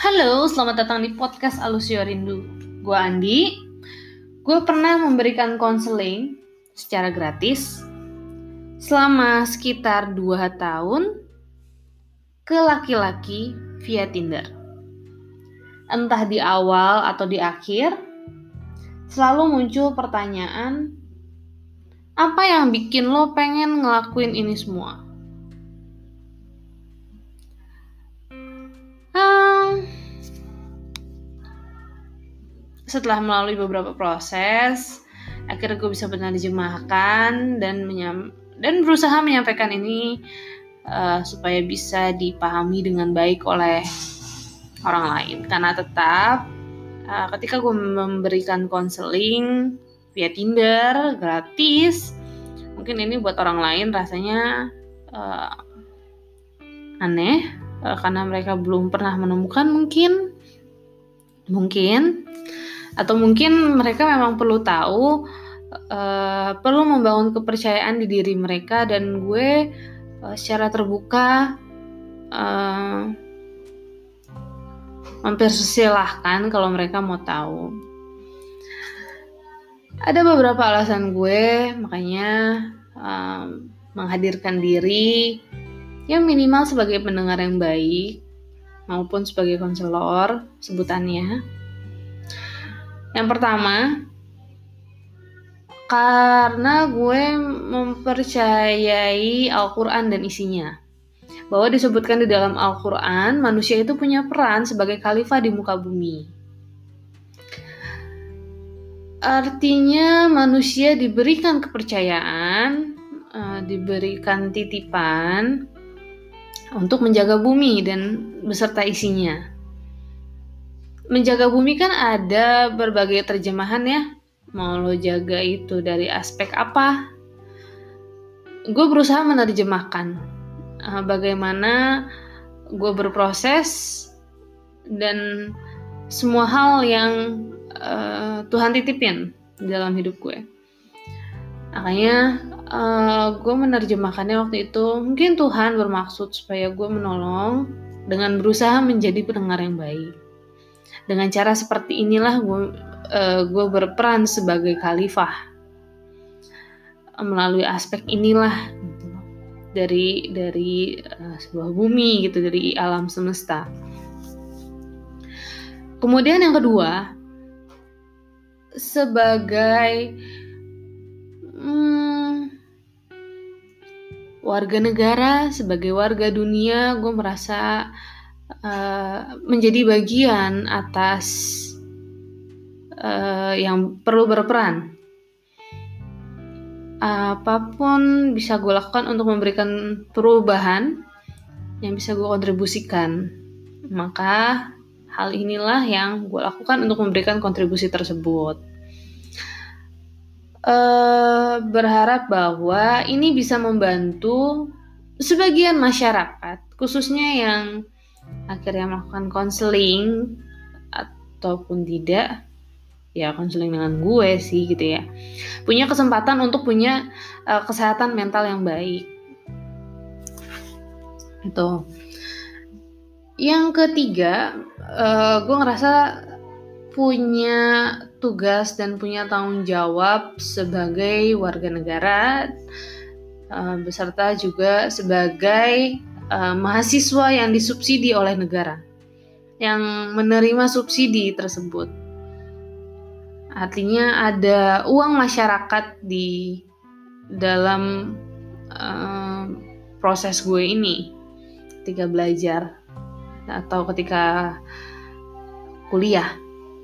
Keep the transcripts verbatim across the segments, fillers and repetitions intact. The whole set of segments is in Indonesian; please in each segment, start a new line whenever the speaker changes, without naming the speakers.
Halo, selamat datang di podcast Alusio Rindu. Gue Andi. Gue pernah memberikan konseling secara gratis selama sekitar dua tahun ke laki-laki via Tinder. Entah di awal atau di akhir, selalu muncul pertanyaan, apa yang bikin lo pengen ngelakuin ini semua? Hmm, setelah melalui beberapa proses, akhirnya gue bisa menerjemahkan dan menyam- dan berusaha menyampaikan ini uh, supaya bisa dipahami dengan baik oleh orang lain. Karena tetap uh, ketika gue memberikan konseling via Tinder gratis, mungkin ini buat orang lain rasanya uh, aneh uh, karena mereka belum pernah menemukan mungkin mungkin atau mungkin mereka memang perlu tahu uh, perlu membangun kepercayaan di diri mereka, dan gue uh, secara terbuka uh, mempersilahkan kalau mereka mau tahu. Ada beberapa alasan gue makanya um, menghadirkan diri yang minimal sebagai pendengar yang baik maupun sebagai konselor sebutannya. Yang pertama, karena gue mempercayai Al-Quran dan isinya. Bahwa disebutkan di dalam Al-Quran, manusia itu punya peran sebagai khalifah di muka bumi. Artinya manusia diberikan kepercayaan, diberikan titipan untuk menjaga bumi dan beserta isinya. Menjaga bumi kan ada berbagai terjemahan ya. Mau lo jaga itu dari aspek apa? Gue berusaha menerjemahkan uh, bagaimana gue berproses dan semua hal yang uh, Tuhan titipin dalam hidup gue. Makanya uh, gue menerjemahkannya waktu itu, mungkin Tuhan bermaksud supaya gue menolong dengan berusaha menjadi pendengar yang baik. Dengan cara seperti inilah gue, uh, gue berperan sebagai khalifah. Melalui aspek inilah gitu, dari dari uh, sebuah bumi gitu, dari alam semesta. Kemudian yang kedua, sebagai hmm, warga negara, sebagai warga dunia, gue merasa Uh, menjadi bagian atas uh, yang perlu berperan. Apapun bisa gue lakukan untuk memberikan perubahan yang bisa gue kontribusikan. Maka hal inilah yang gue lakukan untuk memberikan kontribusi tersebut. Uh, berharap bahwa ini bisa membantu sebagian masyarakat, khususnya yang akhirnya melakukan konseling ataupun tidak, ya konseling dengan gue sih gitu ya, punya kesempatan untuk punya uh, kesehatan mental yang baik. Itu. Yang ketiga, uh, gue ngerasa punya tugas dan punya tanggung jawab sebagai warga negara, uh, beserta juga sebagai Uh, mahasiswa yang disubsidi oleh negara, yang menerima subsidi tersebut. Artinya ada uang masyarakat di dalam uh, proses gue ini ketika belajar atau ketika kuliah.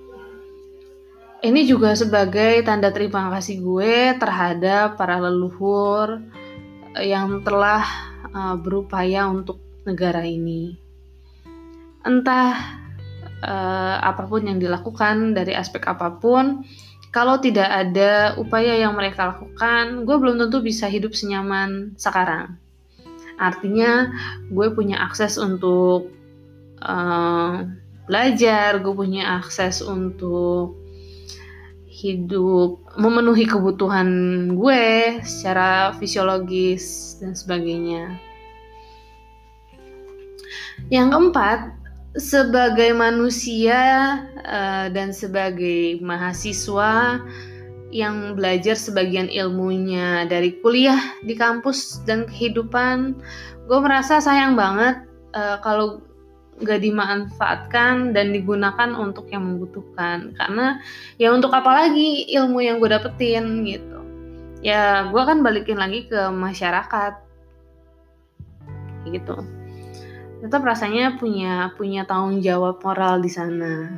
Ini juga sebagai tanda terima kasih gue terhadap para leluhur yang telah Uh, berupaya untuk negara ini. Entah uh, apapun yang dilakukan dari aspek apapun, kalau tidak ada upaya yang mereka lakukan, gue belum tentu bisa hidup senyaman sekarang. Artinya gue punya akses untuk uh, belajar, gue punya akses untuk hidup, memenuhi kebutuhan gue secara fisiologis dan sebagainya. Yang keempat, sebagai manusia uh, dan sebagai mahasiswa yang belajar sebagian ilmunya dari kuliah di kampus dan kehidupan, gue merasa sayang banget uh, kalau gak dimanfaatkan dan digunakan untuk yang membutuhkan. Karena ya untuk apa lagi ilmu yang gue dapetin gitu. Ya gue kan balikin lagi ke masyarakat gitu. Tetap rasanya punya punya tanggung jawab moral di sana.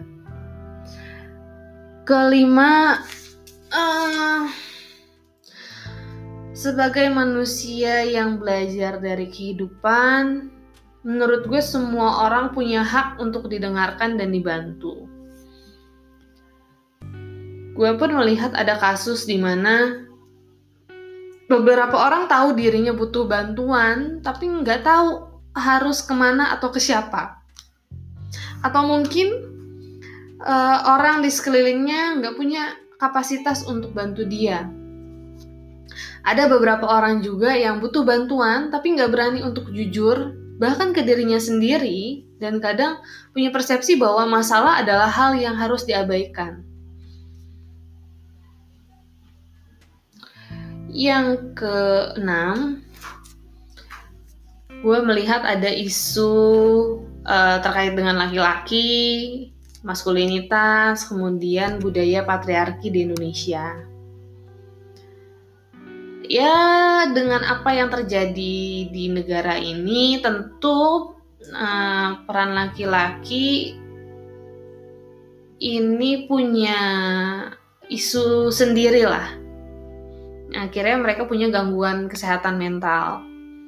Kelima, uh, sebagai manusia yang belajar dari kehidupan, menurut gue semua orang punya hak untuk didengarkan dan dibantu. Gue pun melihat ada kasus di mana beberapa orang tahu dirinya butuh bantuan, tapi nggak tahu harus kemana atau ke siapa. Atau mungkin uh, orang di sekelilingnya nggak punya kapasitas untuk bantu dia. Ada beberapa orang juga yang butuh bantuan tapi nggak berani untuk jujur, bahkan ke dirinya sendiri, dan kadang punya persepsi bahwa masalah adalah hal yang harus diabaikan. Yang keenam, gue melihat ada isu uh, terkait dengan laki-laki, maskulinitas, kemudian budaya patriarki di Indonesia. Ya, dengan apa yang terjadi di negara ini, tentu uh, peran laki-laki ini punya isu sendiri lah. Akhirnya mereka punya gangguan kesehatan mental.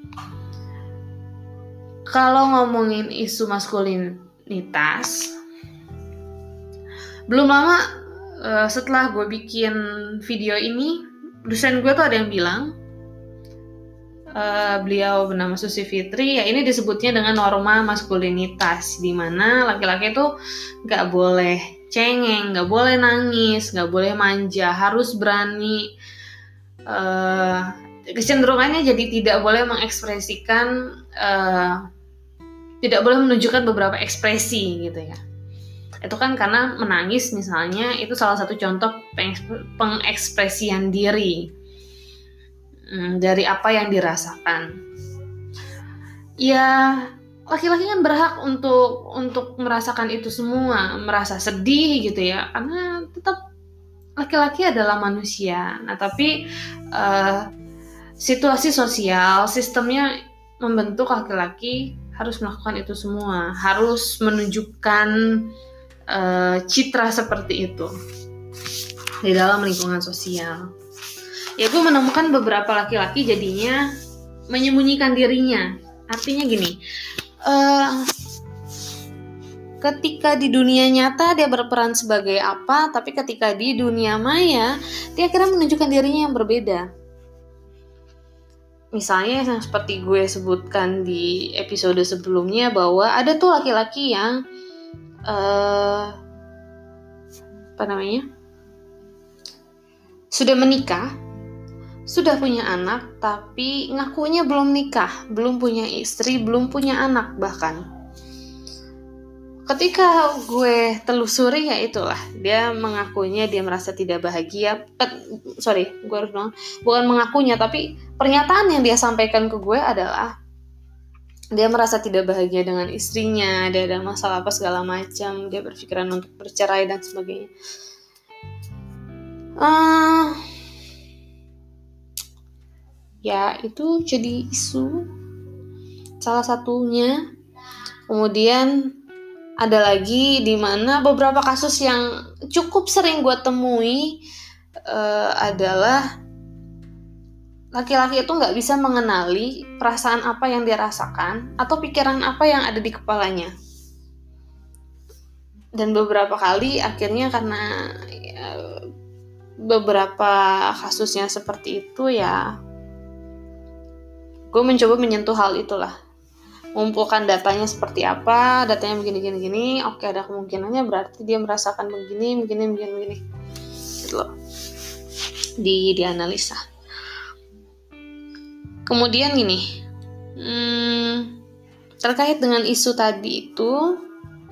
Kalau ngomongin isu maskulinitas, belum lama uh, setelah gue bikin video ini, dosen gue tuh ada yang bilang, uh, beliau bernama Susi Fitri, ya ini disebutnya dengan norma maskulinitas, di mana laki-laki itu nggak boleh cengeng, nggak boleh nangis, nggak boleh manja, harus berani. Uh, kecenderungannya jadi tidak boleh mengekspresikan uh, tidak boleh menunjukkan beberapa ekspresi gitu ya. Itu kan karena menangis misalnya, itu salah satu contoh pengekspresian diri hmm, dari apa yang dirasakan. Ya, laki-laki kan berhak untuk untuk merasakan itu semua, merasa sedih gitu ya, karena tetap laki-laki adalah manusia. Nah, tapi uh, situasi sosial, sistemnya membentuk laki-laki harus melakukan itu semua, harus menunjukkan uh, citra seperti itu di dalam lingkungan sosial. Ya, gue menemukan beberapa laki-laki jadinya menyembunyikan dirinya. Artinya gini, uh, ketika di dunia nyata dia berperan sebagai apa, tapi ketika di dunia maya dia akhirnya menunjukkan dirinya yang berbeda. Misalnya yang seperti gue sebutkan di episode sebelumnya, bahwa ada tuh laki-laki yang uh, apa namanya sudah menikah, sudah punya anak, tapi ngakunya belum nikah, belum punya istri, belum punya anak bahkan. Ketika gue telusuri, ya itulah, dia mengakunya dia merasa tidak bahagia. Eh, sorry, gue harus bilang bukan mengakunya, tapi pernyataan yang dia sampaikan ke gue adalah dia merasa tidak bahagia dengan istrinya, dia ada masalah apa segala macam, dia berpikiran untuk bercerai dan sebagainya. Uh, ya itu jadi isu salah satunya. Kemudian ada lagi di mana beberapa kasus yang cukup sering gue temui uh, adalah laki-laki itu nggak bisa mengenali perasaan apa yang dia rasakan atau pikiran apa yang ada di kepalanya. Dan beberapa kali akhirnya karena ya, beberapa kasusnya seperti itu, ya gue mencoba menyentuh hal itulah. Mengumpulkan datanya seperti apa, datanya begini-gini-gini, oke ada kemungkinannya berarti dia merasakan begini, begini, begini, begini, gitu loh, di dianalisa. Kemudian gini, hmm, terkait dengan isu tadi itu,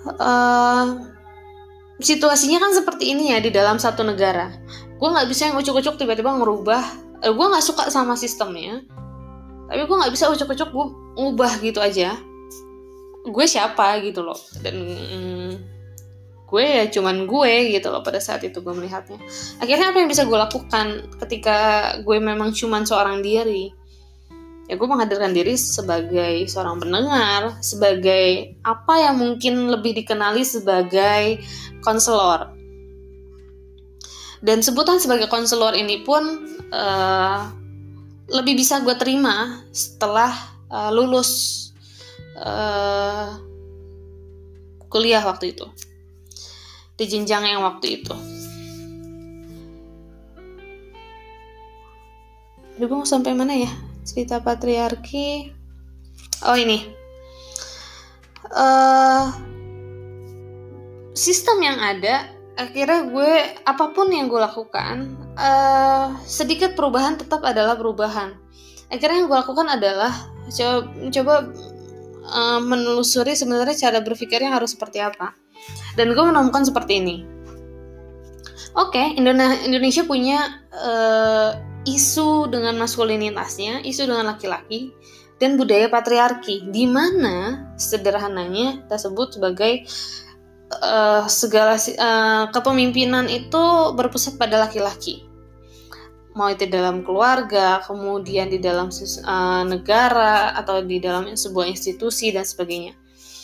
uh, situasinya kan seperti ini ya di dalam satu negara. Gue nggak bisa yang ucuk-ucuk tiba-tiba ngerubah. Eh, gue nggak suka sama sistemnya, tapi gue nggak bisa ucuk-ucuk gue ngubah gitu aja. Gue siapa gitu loh, dan mm, gue ya cuman gue gitu loh pada saat itu gue melihatnya. Akhirnya apa yang bisa gue lakukan ketika gue memang cuman seorang diri? Ya gue menghadirkan diri sebagai seorang pendengar, sebagai apa yang mungkin lebih dikenali sebagai konselor. Dan sebutan sebagai konselor ini pun uh, lebih bisa gue terima setelah uh, lulus uh, kuliah waktu itu, di jenjang yang waktu itu. Aduh, gue mau sampai mana ya? Cerita patriarki. Oh ini uh, sistem yang ada. Akhirnya gue apapun yang gue lakukan, uh, sedikit perubahan tetap adalah perubahan. Akhirnya yang gue lakukan adalah coba, coba uh, menelusuri sebenarnya cara berpikirnya harus seperti apa. Dan gue menemukan seperti ini. Oke, okay, Indonesia punya uh, isu dengan maskulinitasnya, isu dengan laki-laki, dan budaya patriarki, di mana sederhananya kita sebut sebagai uh, segala uh, kepemimpinan itu berpusat pada laki-laki. Mau itu dalam keluarga, kemudian di dalam uh, negara, atau di dalam sebuah institusi, dan sebagainya.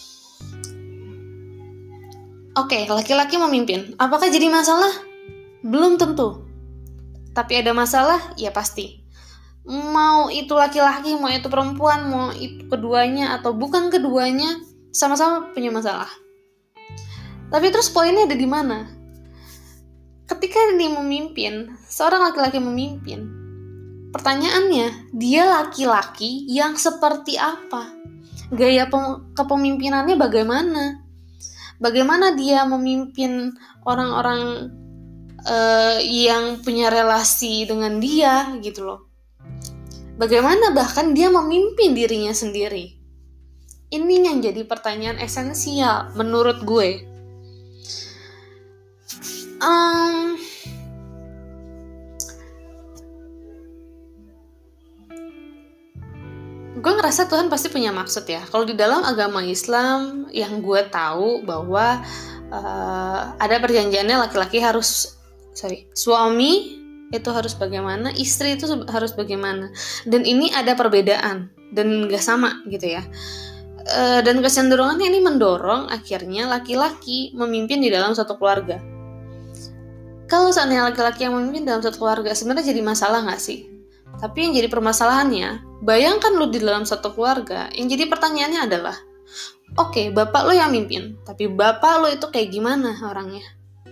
Oke, okay, laki-laki memimpin. Apakah jadi masalah? Belum tentu. Tapi ada masalah? Ya pasti. Mau itu laki-laki, mau itu perempuan, mau itu keduanya atau bukan keduanya, sama-sama punya masalah. Tapi terus poinnya ada di mana? Ketika dia memimpin, seorang laki-laki memimpin, pertanyaannya, dia laki-laki yang seperti apa? Gaya kepemimpinannya bagaimana? Bagaimana dia memimpin orang-orang Uh, yang punya relasi dengan dia gitu loh. Bagaimana bahkan dia memimpin dirinya sendiri. Ini yang jadi pertanyaan esensial menurut gue. Um, gue ngerasa Tuhan pasti punya maksud ya. Kalau di dalam agama Islam yang gue tahu bahwa uh, ada perjanjiannya laki-laki harus sorry, suami itu harus bagaimana, istri itu harus bagaimana, dan ini ada perbedaan dan nggak sama gitu ya. E, dan kecenderungannya ini mendorong akhirnya laki-laki memimpin di dalam satu keluarga. Kalau seandainya laki-laki yang memimpin dalam satu keluarga, sebenarnya jadi masalah nggak sih? Tapi yang jadi permasalahannya, bayangkan lu di dalam satu keluarga, yang jadi pertanyaannya adalah, oke, okay, bapak lu yang mimpin, tapi bapak lu itu kayak gimana orangnya?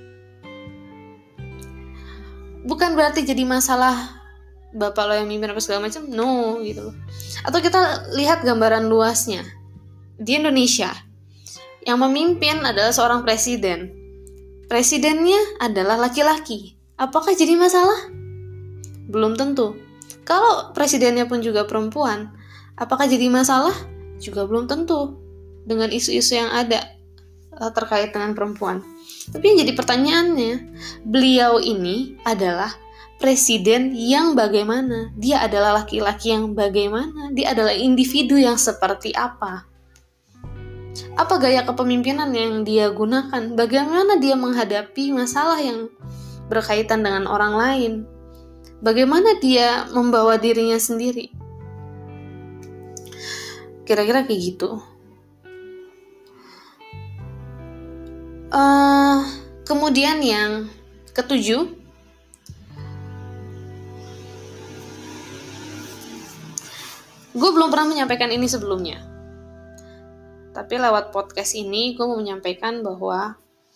Bukan berarti jadi masalah bapak lo yang mimpin apa segala macam, no gitu loh. Atau kita lihat gambaran luasnya di Indonesia, yang memimpin adalah seorang presiden, presidennya adalah laki-laki. Apakah jadi masalah? Belum tentu. Kalau presidennya pun juga perempuan, apakah jadi masalah? Juga belum tentu dengan isu-isu yang ada terkait dengan perempuan. Tapi yang jadi pertanyaannya, beliau ini adalah presiden yang bagaimana? Dia adalah laki-laki yang bagaimana? Dia adalah individu yang seperti apa? Apa gaya kepemimpinan yang dia gunakan? Bagaimana dia menghadapi masalah yang berkaitan dengan orang lain? Bagaimana dia membawa dirinya sendiri? Kira-kira kayak gitu. Uh, kemudian yang ketujuh, gue belum pernah menyampaikan ini sebelumnya, tapi lewat podcast ini gue mau menyampaikan bahwa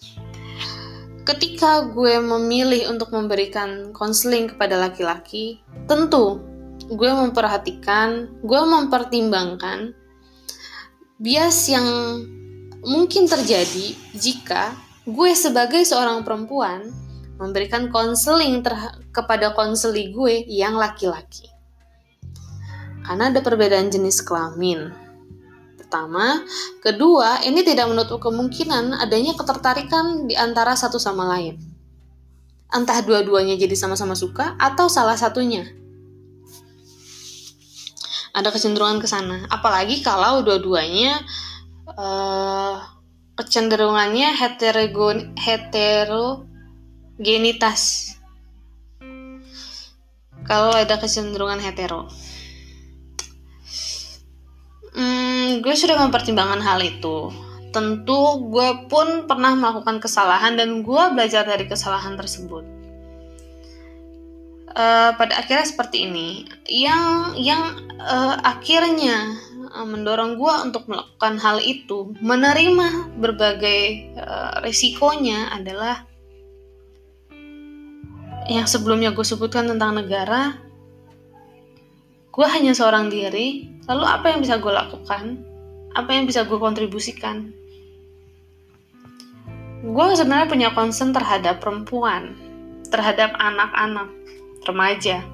ketika gue memilih untuk memberikan konseling kepada laki-laki, tentu gue memperhatikan, gue mempertimbangkan bias yang mungkin terjadi jika gue sebagai seorang perempuan memberikan konseling ter- kepada konseli gue yang laki-laki. Karena ada perbedaan jenis kelamin. pertama. Kedua, ini tidak menutup kemungkinan adanya ketertarikan di antara satu sama lain. Entah dua-duanya jadi sama-sama suka atau salah satunya. Ada kecenderungan ke sana. Apalagi kalau dua-duanya uh, kecenderungannya heterogen, heterogenitas. Kalau ada kecenderungan hetero. Hmm, gue sudah mempertimbangkan hal itu. Tentu gue pun pernah melakukan kesalahan dan gue belajar dari kesalahan tersebut. Uh, pada akhirnya seperti ini, yang yang uh, akhirnya uh, mendorong gue untuk melakukan hal itu, menerima berbagai uh, resikonya adalah yang sebelumnya gue sebutkan tentang negara. Gue hanya seorang diri, lalu apa yang bisa gue lakukan? Apa yang bisa gue kontribusikan? Gue sebenarnya punya concern terhadap perempuan, terhadap anak-anak, remaja.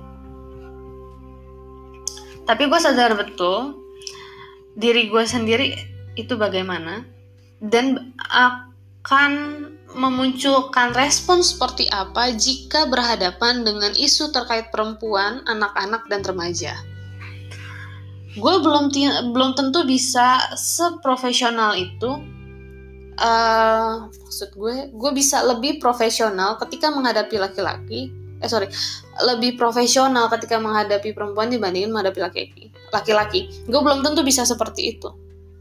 Tapi gue sadar betul diri gue sendiri itu bagaimana dan akan memunculkan respon seperti apa jika berhadapan dengan isu terkait perempuan, anak-anak, dan remaja. Gue belum ti- belum tentu bisa seprofesional itu. Uh, maksud gue, gue bisa lebih profesional ketika menghadapi laki-laki. Eh sorry, lebih profesional ketika menghadapi perempuan dibandingin menghadapi laki-laki. Laki-laki, gue belum tentu bisa seperti itu.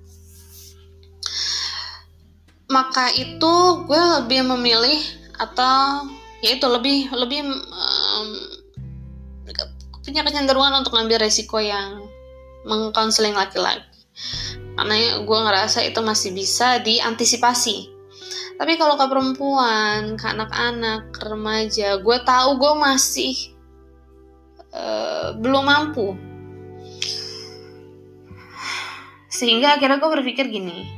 Maka itu gue lebih memilih atau yaitu lebih lebih um, punya kecenderungan untuk ngambil resiko yang mengkonseling laki-laki. Karena gue ngerasa itu masih bisa diantisipasi. Tapi kalau ke perempuan, ke anak-anak, ke remaja, gue tahu gue masih uh, belum mampu. Sehingga akhirnya gue berpikir gini,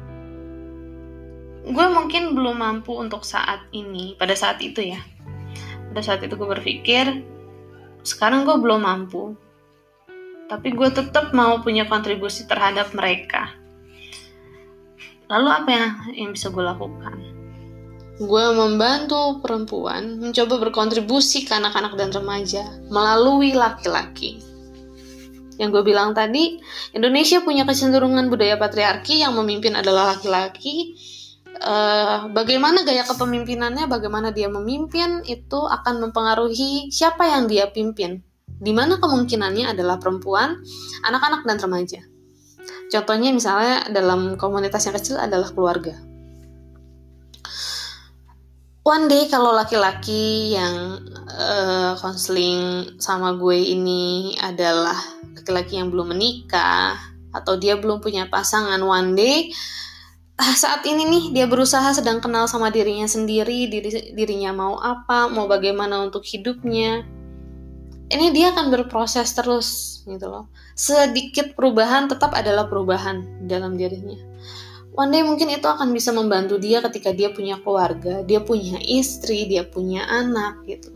gue mungkin belum mampu untuk saat ini, pada saat itu ya. Pada saat itu gue berpikir, sekarang gue belum mampu. Tapi gue tetap mau punya kontribusi terhadap mereka. Lalu apa yang, yang bisa gue lakukan? Gue membantu perempuan mencoba berkontribusi ke anak-anak dan remaja melalui laki-laki. Yang gue bilang tadi, Indonesia punya kecenderungan budaya patriarki yang memimpin adalah laki-laki. Uh, bagaimana gaya kepemimpinannya, bagaimana dia memimpin, itu akan mempengaruhi siapa yang dia pimpin. Di mana kemungkinannya adalah perempuan, anak-anak, dan remaja. Contohnya misalnya dalam komunitas yang kecil adalah keluarga. One day kalau laki-laki yang konseling uh, sama gue ini adalah laki-laki yang belum menikah atau dia belum punya pasangan, one day saat ini nih dia berusaha sedang kenal sama dirinya sendiri, diri, dirinya mau apa, mau bagaimana untuk hidupnya. Ini dia akan berproses terus gitu loh. Sedikit perubahan tetap adalah perubahan dalam dirinya. One day mungkin itu akan bisa membantu dia ketika dia punya keluarga, dia punya istri, dia punya anak gitu.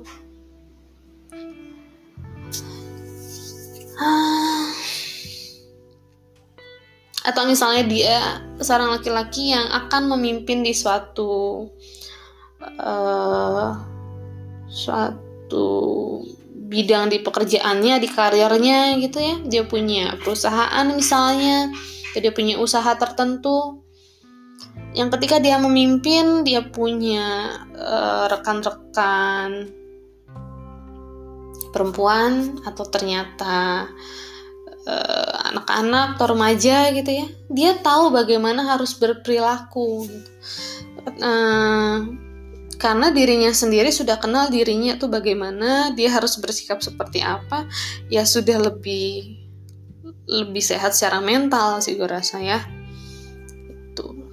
Atau misalnya dia seorang laki-laki yang akan memimpin di suatu uh, suatu bidang di pekerjaannya, di karirnya gitu ya. Dia punya perusahaan misalnya, dia punya usaha tertentu. Yang ketika dia memimpin, dia punya uh, rekan-rekan perempuan atau ternyata uh, anak-anak atau remaja gitu ya. Dia tahu bagaimana harus berperilaku gitu. Uh, Karena dirinya sendiri sudah kenal dirinya tuh bagaimana, dia harus bersikap seperti apa, ya sudah lebih lebih sehat secara mental sih gue rasa ya. Itu.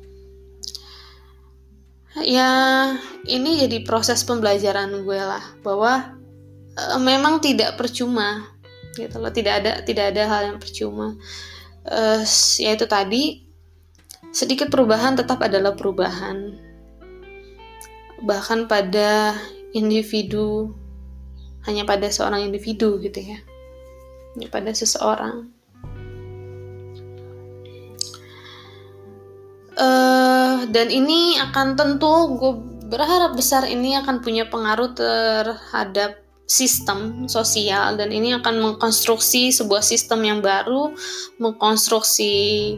Ya, ini jadi proses pembelajaran gue lah, bahwa e, memang tidak percuma gitu loh, tidak ada tidak ada hal yang percuma. E, yaitu tadi sedikit perubahan tetap adalah perubahan. Bahkan pada individu, hanya pada seorang individu gitu ya, hanya pada seseorang. uh, dan ini akan tentu gue berharap besar ini akan punya pengaruh terhadap sistem sosial, dan ini akan mengkonstruksi sebuah sistem yang baru, mengkonstruksi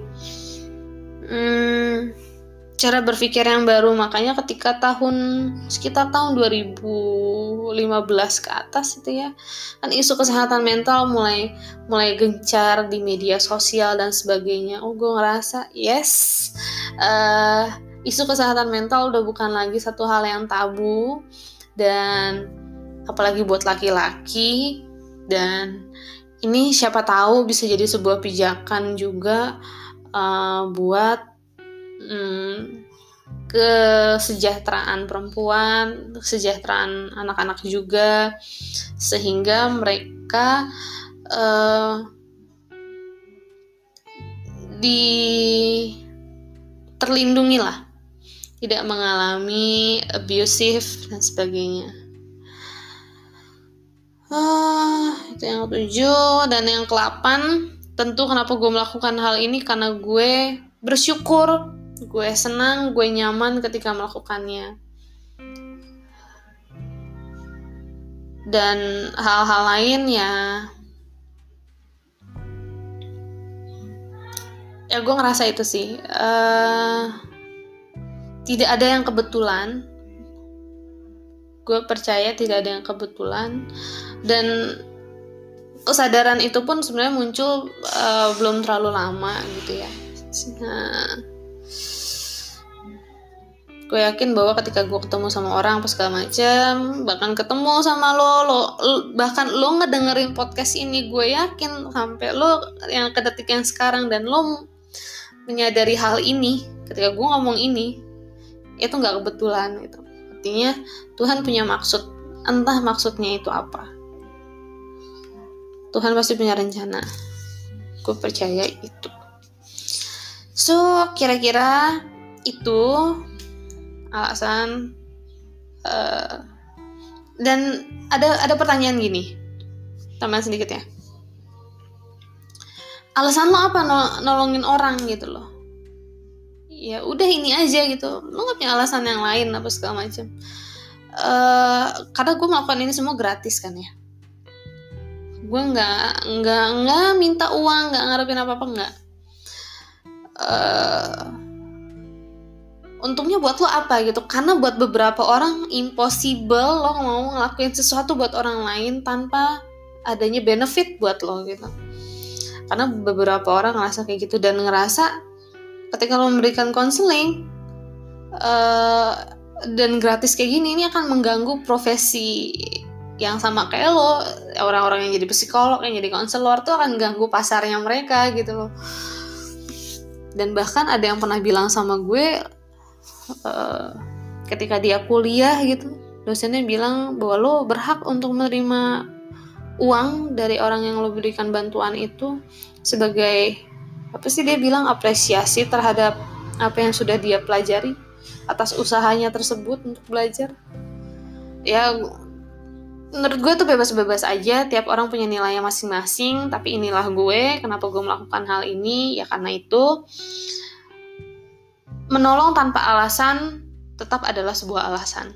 hmm, cara berpikir yang baru. Makanya ketika tahun sekitar tahun dua ribu lima belas ke atas itu ya, kan isu kesehatan mental mulai mulai gencar di media sosial dan sebagainya. Oh, gue ngerasa yes, uh, isu kesehatan mental udah bukan lagi satu hal yang tabu, dan apalagi buat laki-laki, dan ini siapa tahu bisa jadi sebuah pijakan juga uh, buat um, kesejahteraan perempuan, kesejahteraan anak-anak juga, sehingga mereka uh, di terlindungi lah, tidak mengalami abusive dan sebagainya. Uh, itu yang ketujuh. Dan yang kelapan, tentu kenapa gue melakukan hal ini, karena gue bersyukur, gue senang, gue nyaman ketika melakukannya. Dan hal-hal lain ya ya gue ngerasa itu sih, uh, tidak ada yang kebetulan. Gue percaya tidak ada yang kebetulan, dan kesadaran itu pun sebenarnya muncul uh, belum terlalu lama gitu ya. Nah, gue yakin bahwa ketika gue ketemu sama orang apa segala macam, bahkan ketemu sama lo, lo, bahkan lo ngedengerin podcast ini, gue yakin sampai lo yang ke detik yang sekarang dan lo menyadari hal ini ketika gue ngomong ini, itu nggak kebetulan gitu. Artinya Tuhan punya maksud, entah maksudnya itu apa. Tuhan pasti punya rencana. Gue percaya itu. So, kira-kira itu alasan. Uh, dan ada ada pertanyaan gini, tambahan sedikit ya. Alasan lo apa nol- nolongin orang gitu loh? Ya udah ini aja gitu, lo nggak punya alasan yang lain apa segala macam. Uh, karena gue melakukan ini semua gratis kan ya, gue nggak nggak nggak minta uang, nggak ngarepin apa apa, nggak. Uh, untungnya buat lo apa gitu, karena buat beberapa orang impossible lo mau ngelakuin sesuatu buat orang lain tanpa adanya benefit buat lo gitu. Karena beberapa orang ngerasa kayak gitu, dan ngerasa ketika lo memberikan konseling uh, dan gratis kayak gini, ini akan mengganggu profesi yang sama kayak lo. Orang-orang yang jadi psikolog, yang jadi konselor tuh akan ganggu pasarnya mereka gitu loh. Dan bahkan ada yang pernah bilang sama gue uh, ketika dia kuliah gitu, dosennya bilang bahwa lo berhak untuk menerima uang dari orang yang lo berikan bantuan itu sebagai apa sih dia bilang, apresiasi terhadap apa yang sudah dia pelajari atas usahanya tersebut untuk belajar. Ya menurut gue tuh bebas-bebas aja, tiap orang punya nilainya masing-masing, tapi inilah gue, kenapa gue melakukan hal ini, ya karena itu menolong tanpa alasan tetap adalah sebuah alasan.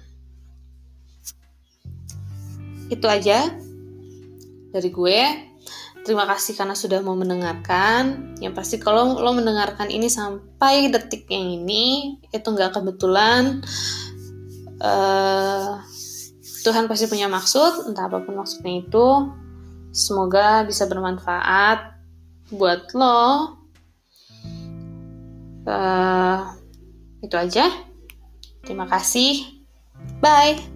Itu aja dari gue. Terima kasih karena sudah mau mendengarkan. Yang pasti kalau lo mendengarkan ini sampai detik yang ini, itu gak kebetulan. uh, Tuhan pasti punya maksud, entah apapun maksudnya itu. Semoga bisa bermanfaat buat lo. uh, Itu aja. Terima kasih. Bye.